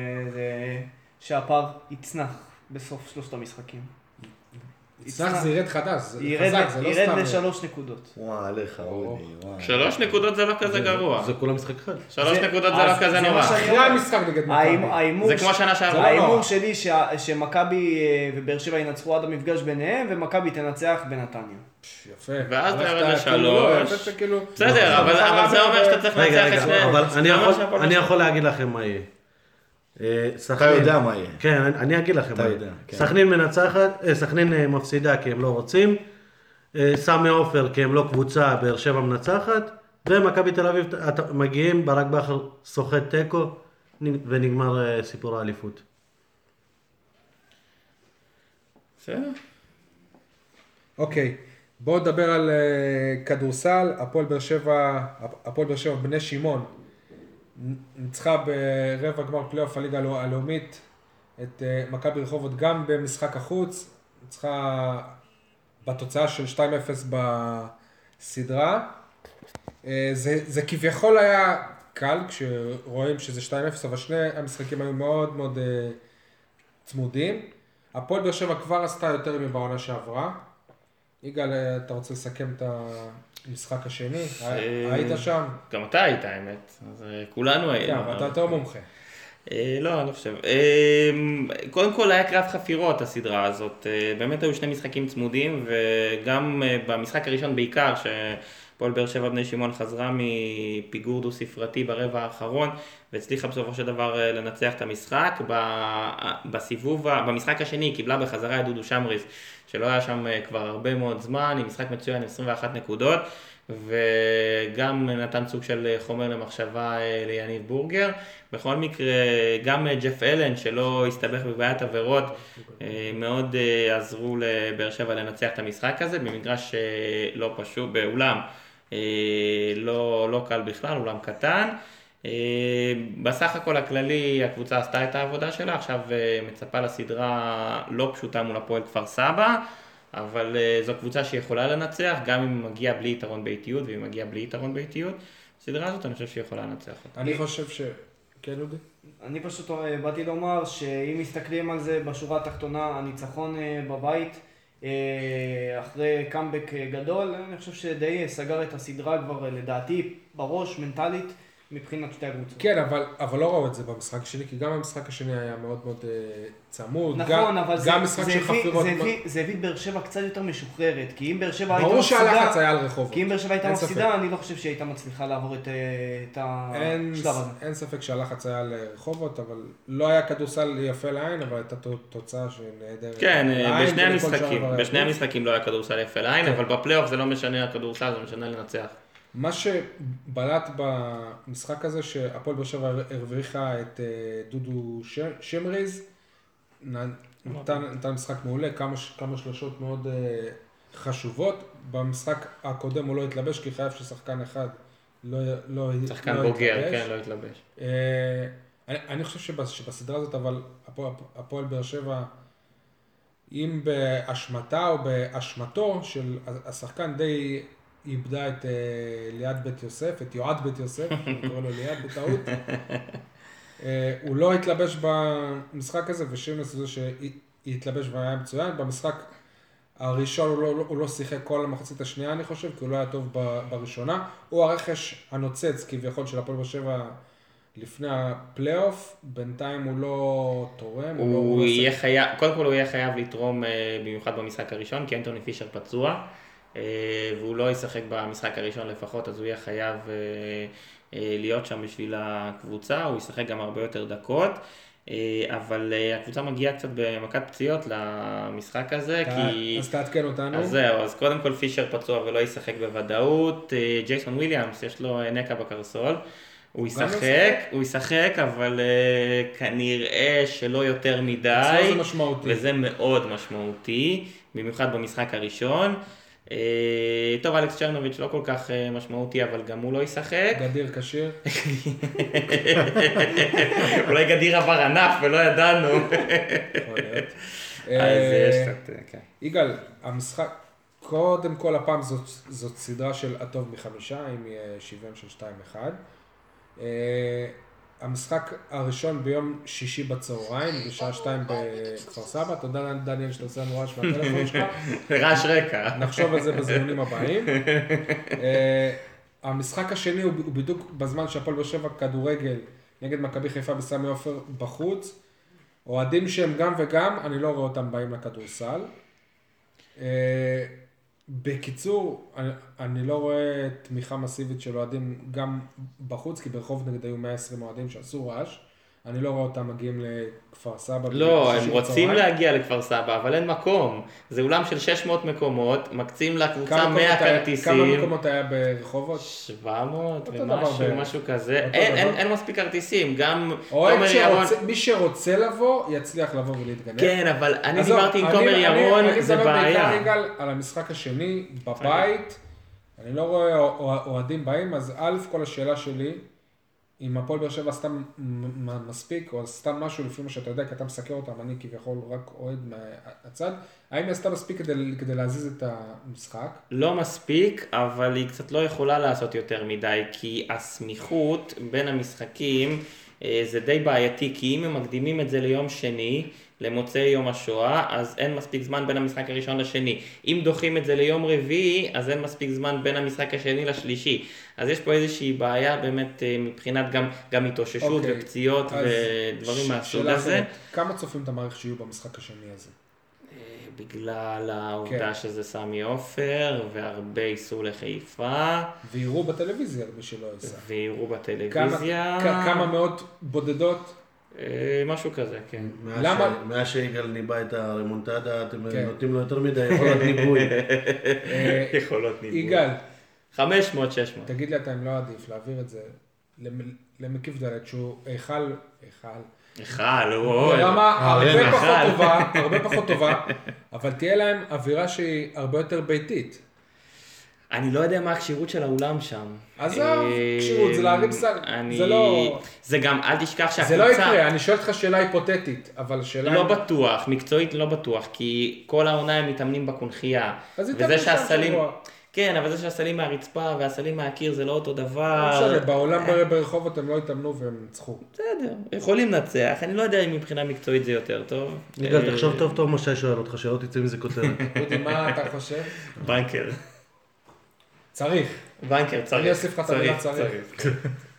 שהפער יצנח בסוף שלושת המשחקים. יצנח זה ירד חדש, זה ירד, חזק, זה לא סתם. ירד לשלוש נקודות. וואו, עליך, אודי, וואו. שלוש נקודות זה לא כזה גרוע. זה כולה משחק אחד. שלוש נקודות זה לא כזה זה נורא. מה שאני- אחרי המשחק נגד מכבי. זה כמו שנה שעברה. ההימור שלי שה- שמכבי ובאר שבע ינצחו עד המפגש ביניהם, ומכבי תנצח בנתניה. יפה. ואז אתה יורד הלכת, כאילו, לא, לשלוש. יפה שכאילו- בסדר, אבל אבל זה אומר שאתה צריך רגע, לנצח את רגע, שניהם. אבל אני זה אומר יכול- שהפועל אני באר יכול להגיד לכם מה יהיה. אה, אתה סכנין- יודע מה יהיה. כן, אני אני אגיד לכם אתה מה יודע, יהיה. כן. סכנין מנצחת, אה, סכנין אה, מפסידה כי הם לא רוצים, אה, סמי עופר כי הם לא קבוצה, באר שבע מנצחת, ומכבי תל אביב את- מגיעים, ברק בכר סוחט תיקו, נ- ונגמר אה, סיפור האליפות. בסדר. אוקיי, בואו נדבר על uh, כדורסל. הפועל באר שבע, הפועל באר שבע בני שמעון ניצחה ברבע גמר פלייאוף הליגה הלאומית את uh, מכבי רחובות גם במשחק החוץ, ניצחה בתוצאה של שתיים אפס בסדרה. Uh, זה, זה כביכול היה קל כשרואים שזה שתיים אפס, אבל שני המשחקים היו מאוד מאוד uh, צמודים. הפועל באר שבע כבר עשתה יותר מבעונה שעברה. יגאל, אתה רוצה לסכם את המשחק השני? היית שם? גם אתה היית, האמת. אז כולנו היינו. כן, אבל אתה יותר מומחה. לא, אני לא חושב. אה, קודם כל היה קרב חפירות הסדרה הזאת. אה, באמת היו שני משחקים צמודים, וגם אה, במשחק הראשון בעיקר, שפועל באר שבע בני שמעון חזרה מפיגור דו ספרתי ברבע האחרון, והצליחה בסופו של דבר אה, לנצח את המשחק. ב- בסיבוב, ה- במשחק השני היא קיבלה בחזרה את דודו שמריס, שלא היה שם אה, כבר הרבה מאוד זמן, עם משחק מצוין, עשרים ואחת נקודות. וגם נתן סוג של חומר למחשבה ליניב בורגר. בכל מקרה, גם ג'ף אלן, שלא הסתבך בבעיית עבירות, מאוד עזרו לבאר שבע לנצח את המשחק הזה, במגרש לא פשוט, באולם לא, לא קל בכלל, אולם קטן. בסך הכל הכללי, הקבוצה עשתה את העבודה שלה, עכשיו מצפה לסדרה לא פשוטה מול הפועל כפר סבא, אבל uh, זו קבוצה שיכולה לנצח, גם אם היא מגיעה בלי יתרון ביתיות, ואם היא מגיעה בלי יתרון ביתיות, הסדרה הזאת אני חושב שהיא יכולה לנצח אותה. אני חושב ש... כן, אודי? אני פשוט באתי לומר שאם מסתכלים על זה בשורה התחתונה, הניצחון בבית, אחרי קאמבק גדול, אני חושב שדי סגר את הסדרה כבר לדעתי בראש, מנטלית, מבחינת שתי הקבוצות. כן, אבל, אבל לא ראו את זה במשחק השני, כי גם המשחק השני היה מאוד מאוד uh, צמוד. נכון, גם, אבל גם זה, משחק זה, של הביא, חפירות... זה, הביא, זה הביא באר שבע קצת יותר משוחררת, כי אם באר שבע הייתה ברור מפסידה... שהלחץ היה על רחובות. כי אם באר שבע הייתה אין מפסידה, ספק. אני לא חושב שהייתה מצליחה לעבור את, את אין, השלב הזה. אין ספק שהלחץ היה על רחובות, אבל לא היה כדורסל יפה לעין, אבל הייתה תוצאה שנהדרת. כן, לעין בשני ולכל המשחקים, שאר בשני הרעיון. המשחקים לא היה כדורסל יפה לעין, כן. אבל בפלייאוף זה לא משנה הכדורסל, זה משנה לנצח. מה שבלט במשחק הזה, שהפועל באר שבע הרוויחה את דודו שמריז, נתן, נתן משחק מעולה, כמה, כמה שלשות מאוד חשובות. במשחק הקודם הוא לא התלבש, כי חייב ששחקן אחד לא, לא, שחקן לא בוגר, התלבש. כן, לא התלבש. אני, אני חושב שבסדרה הזאת, אבל הפועל, הפועל באר שבע, אם באשמתה או באשמתו של השחקן די... היא איבדה את uh, ליעד בית יוסף, את יועד בית יוסף, אני קורא לו ליעד בטעות. uh, הוא לא התלבש במשחק הזה, ושימנס זה שהתלבש והיה מצוין. במשחק הראשון הוא לא, הוא לא שיחק כל המחצית השנייה, אני חושב, כי הוא לא היה טוב בראשונה. הוא הרכש הנוצץ כביכול של הפועל באר שבע לפני הפלייאוף, בינתיים הוא לא תורם. הוא, הוא הוא לא יהיה חייב, קודם כל הוא יהיה חייב לתרום uh, במיוחד במשחק הראשון, כי אנטוני פישר פצוע. והוא לא ישחק במשחק הראשון לפחות, אז הוא יהיה חייב להיות שם בשביל הקבוצה, הוא ישחק גם הרבה יותר דקות, אבל הקבוצה מגיעה קצת במכת פציעות למשחק הזה, כי... אז תעדכן אותנו. אז זהו, אז קודם כל פישר פצוע ולא ישחק בוודאות, ג'ייסון וויליאמס, יש לו נקע בקרסול, הוא ישחק, הוא ישחק, אבל כנראה שלא יותר מדי, זה משמעותי. וזה מאוד משמעותי, במיוחד במשחק הראשון. טוב, אלכס צ'רנוביץ' לא כל כך משמעותי, אבל גם הוא לא ישחק. גדיר קשיר. אולי גדיר עבר ענף ולא ידענו. אז יש קצת, כן. יגאל, המשחק, קודם כל הפעם זאת סדרה של הטוב מחמישה, עם שבעים של שתיים אחד. המשחק הראשון ביום שישי בצהריים, בשעה שתיים בכפר סבא. תודה דניאל שאתה עושה לנו רעש מהטלפון שלך. רעש רקע. נחשוב על זה בזמנים הבאים. המשחק השני הוא בדיוק בזמן שהפועל באר שבע כדורגל נגד מכבי חיפה בסמי עופר בחוץ. אוהדים שהם גם וגם, אני לא רואה אותם באים לכדורסל. בקיצור, אני, אני לא רואה תמיכה מסיבית של אוהדים גם בחוץ, כי ברחוב נגד היו מאה ועשרים אוהדים שעשו רעש. אני לא רואה אותם מגיעים לכפר סבא. לא, הם רוצים להגיע לכפר סבא, אבל אין מקום. זה אולם של שש מאות מקומות, מקצים לקבוצה מאה כרטיסים. כמה מקומות היה ברחובות? שבע מאות ומשהו, משהו כזה. אין מספיק כרטיסים, גם... מי שרוצה לבוא, יצליח לבוא ולהתגנב. כן, אבל אני דיברתי עם תומר ירון, זה בעיה. אני מדבר בעיקר על המשחק השני, בבית. אני לא רואה אוהדים באים, אז א' כל השאלה שלי, אם הפועל באר שבע סתם מספיק, או סתם משהו לפי מה שאתה יודע, כי אתה מסקר אותם, אני כביכול רק אוהד מהצד, האם היא עשתה מספיק כדי, כדי להזיז את המשחק? לא מספיק, אבל היא קצת לא יכולה לעשות יותר מדי, כי הסמיכות בין המשחקים זה די בעייתי, כי אם הם מקדימים את זה ליום שני, למוצאי יום השואה, אז אין מספיק זמן בין המשחק הראשון לשני. אם דוחים את זה ליום רביעי, אז אין מספיק זמן בין המשחק השני לשלישי. אז יש פה איזושהי בעיה באמת מבחינת גם, גם התאוששות okay. ופציעות ודברים מהסוג הזה. אחרת, כמה צופים אתה מעריך שיהיו במשחק השני הזה? בגלל העובדה כן. שזה סמי עופר, והרבה ייסעו לחיפה. ויראו בטלוויזיה, למי שלא ייסע. ויראו בטלוויזיה. כמה, כמה מאות בודדות? משהו כזה, כן. למה? מאז שיגאל ניבא את הרמונטדה, אתם נותנים לו יותר מדי יכולות ניבוי. יכולות ניבוי. יגאל. חמש מאות שש מאות. תגיד לי, אתה אם לא עדיף להעביר את זה למקיף דלת, שהוא היכל, היכל. היכל, הוא ברמה הרבה פחות טובה, הרבה פחות טובה, אבל תהיה להם אווירה שהיא הרבה יותר ביתית. אני לא יודע מה הקשירות של האולם שם. עזוב, קשירות, זה להרים סל, זה לא... זה גם, אל תשכח שהקבוצה... זה לא יקרה, אני שואל אותך שאלה היפותטית, אבל שאלה... לא בטוח, מקצועית לא בטוח, כי כל העונה הם מתאמנים בקונחייה. אז יתאמנים שם שבוע. כן, אבל זה שהסלים מהרצפה והסלים מהקיר זה לא אותו דבר. לא משנה, בעולם ברחובות הם לא התאמנו והם נצחו. בסדר, יכולים לנצח, אני לא יודע אם מבחינה מקצועית זה יותר טוב. יגאל, תחשוב טוב טוב מה שי שואל אותך, שלא תצא מזה כותרת. דודי, מה אתה חושב? בנקר. צריך. בנקר, צריך. אני אוסיף לך את המילה צריך.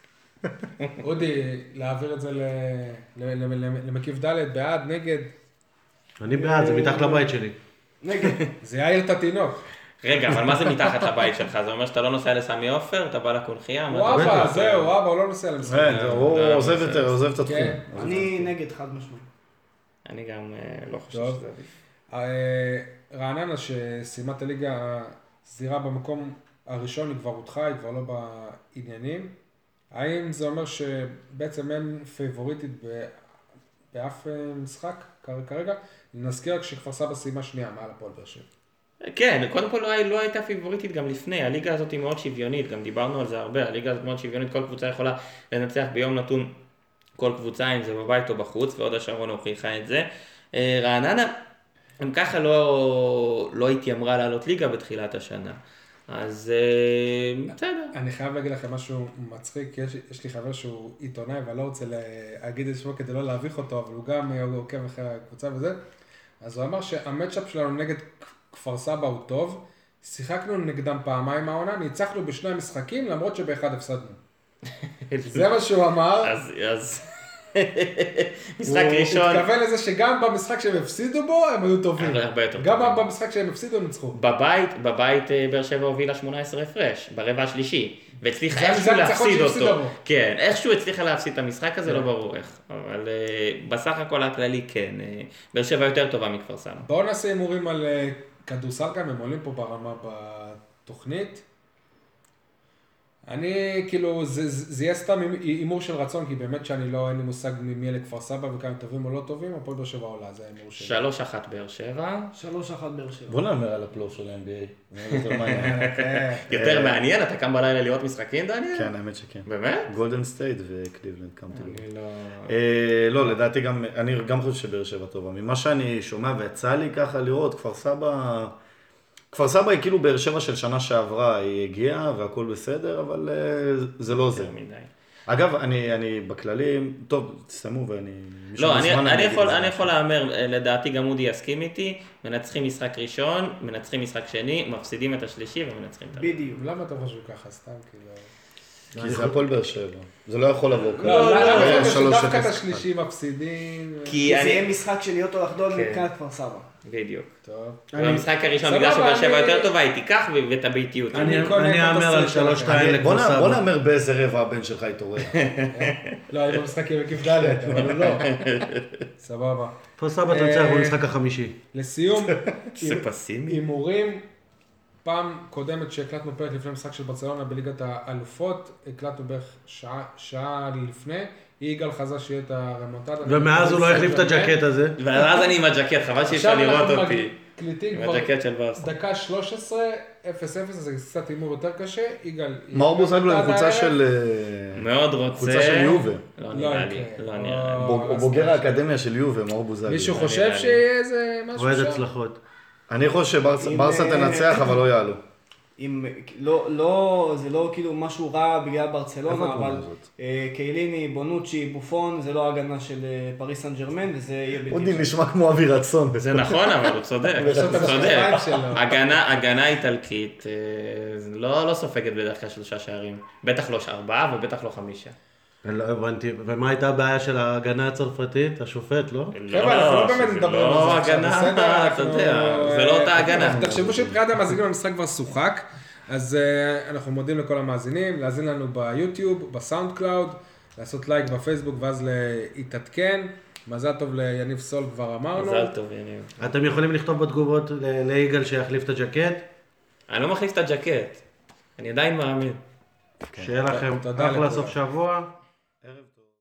אודי, להעביר את זה למקיף ד' בעד, נגד. אני בעד, זה מתחת לבית שלי. נגד. זה יאיר את התינוק. רגע, אבל מה זה מתחת לבית שלך? זה אומר שאתה לא נוסע לסמי עופר, אתה בא לקונחייה? הוא אבא, זהו, הוא אבא, הוא לא נוסע למשחק. הוא עוזב את התחום. אני נגד חד משמעית. אני גם לא חושב שזה עדיף. רעננה שסיימה את הליגה הסדירה במקום הראשון, היא כבר הודחה, היא כבר לא בעניינים. האם זה אומר שבעצם אין פייבוריטית באף משחק כרגע? נזכיר רק שכפר סבא סיימה שנייה מעל הפועל באר שבע. כן, קודם כל לא, לא הייתה פיבוריטית גם לפני, הליגה הזאת היא מאוד שוויונית, גם דיברנו על זה הרבה, הליגה הזאת מאוד שוויונית, כל קבוצה יכולה לנצח ביום נתון כל קבוצה, אם זה בבית או בחוץ, ועוד השרון הוכיחה את זה. רעננה, הם ככה לא, לא התיימרה לעלות ליגה בתחילת השנה, אז בסדר. אני חייב להגיד לכם משהו מצחיק, יש, יש לי חבר שהוא עיתונאי, ואני לא רוצה להגיד את שמו כדי לא להביך אותו, אבל הוא גם עוקב אחרי הקבוצה וזה, אז הוא אמר שהמצ'אפ שלנו נגד כפר סבא הוא טוב, שיחקנו נגדם פעמיים העונה, ניצחנו בשני המשחקים, למרות שבאחד הפסדנו. זה מה שהוא אמר. אז, אז... משחק ראשון. הוא התכוון לזה שגם במשחק שהם הפסידו בו, הם היו טובים. גם במשחק שהם הפסידו, הם ניצחו. בבית, בבית באר שבע הובילה שמונה עשרה הפרש, ברבע השלישי, והצליחה איכשהו להפסיד אותו. כן, איכשהו הצליחה להפסיד את המשחק הזה, לא ברור איך. אבל בסך הכל הכללי כן, באר שבע יותר טובה מכפר סבא. בואו נעשה הימורים על כדורסל גם, הם עולים פה ברמה בתוכנית. אני, כאילו, זה, זה יהיה סתם הימור של רצון, כי באמת שאני לא, אין לי מושג ממי אלה כפר סבא וכמה טובים או לא טובים, הפועל באר שבע עולה, זה ההימור שלי. שלוש אחת באר שבע. שלוש אחת באר שבע. בוא נאמר על הפלייאוף של ה-אן בי איי. יותר מעניין, אתה קם בלילה לראות משחקים, דניאל? כן, האמת שכן. באמת? גולדן סטייט וקליבלנד קמתי לו. אני לא... לא, לדעתי גם, אני גם חושב שבאר שבע טובה. ממה שאני שומע ויצא לי ככה לראות, כפר סבא... כפר סבא היא כאילו באר שבע של שנה שעברה, היא הגיעה והכל בסדר, אבל זה לא זה. אגב, אני, אני בכללים, טוב, תסתמו ואני... לא, אני, אני, יכול, אני יכול לאמר, לדעתי גם אודי יסכים איתי, מנצחים משחק ראשון, מנצחים משחק שני, מפסידים את השלישי ומנצחים את השלישי. בדיוק. למה אתה חושב ככה? סתם כאילו... כי זה הפועל באר שבע, זה לא יכול לבוא ככה. לא, למה שדווקא את השלישי מפסידים? כי זה יהיה משחק של להיות או לחדול מבחינת כפר סבא. בדיוק. טוב. במשחק הראשון, בגלל שבאר שבע יותר טובה, היא תיקח ואת הביתיות. אני אאמר על שלוש שתיים לכפר סבא. בוא נאמר באיזה רבע הבן שלך התעורר. לא, אני במשחק עם מקיף ד', אבל הוא לא. סבבה. כפר סבא תנצח במשחק החמישי. לסיום, זה פסימי. הימורים. פעם קודמת שהקלטנו פרק לפני משחק של ברצלונה בליגת האלופות, הקלטנו בערך שעה, שעה לפני, יגאל חזה שיהיה את הרמונטדה. ומאז הוא לא החליף את הג'קט הזה. ואז אני עם הג'קט, חבל שאי אפשר לראות אותי. עכשיו אנחנו מקליטים כבר דקה שלוש עשרה, אפס אפס, אז זה קצת הימור יותר קשה, יגאל... מאור בוזגלו עם קבוצה של... מאוד רוצה... קבוצה של יובה. לא נראה לי, לא נראה לי. הוא בוגר האקדמיה של יובה, מאור בוזגלו. מישהו חושב שיהיה איזה משהו אוהד הצלחות. אני חושב שברסה תנצח, אבל לא יעלו. אם, לא, לא, זה לא כאילו משהו רע בגלל ברצלונה, אבל קייליני, בונוצ'י, בופון, זה לא הגנה של פריס סן ג'רמן, וזה יהיה בלתי... אודי נשמע כמו אבי רצון. זה נכון, אבל הוא צודק, הוא צודק. הגנה איטלקית לא סופגת בדרך כלל שלושה שערים, בטח לא ארבעה ובטח לא חמישה. לא הבנתי, ומה הייתה הבעיה של ההגנה הצרפתית? השופט, לא? חבר'ה, אנחנו לא באמת מדברים על זה עכשיו, בסדר? אתה יודע, זה לא אותה הגנה. תחשבו שמבחינת המאזינים המשחק כבר שוחק, אז אנחנו מודים לכל המאזינים, להאזין לנו ביוטיוב, בסאונד קלאוד, לעשות לייק בפייסבוק ואז להתעדכן. מזל טוב ליניב סול כבר אמרנו. מזל טוב יניב. אתם יכולים לכתוב בתגובות ליגאל שיחליף את הג'קט? אני לא מחליף את הג'קט, אני עדיין מאמין. שיהיה לכם אחלה סוף שבוע.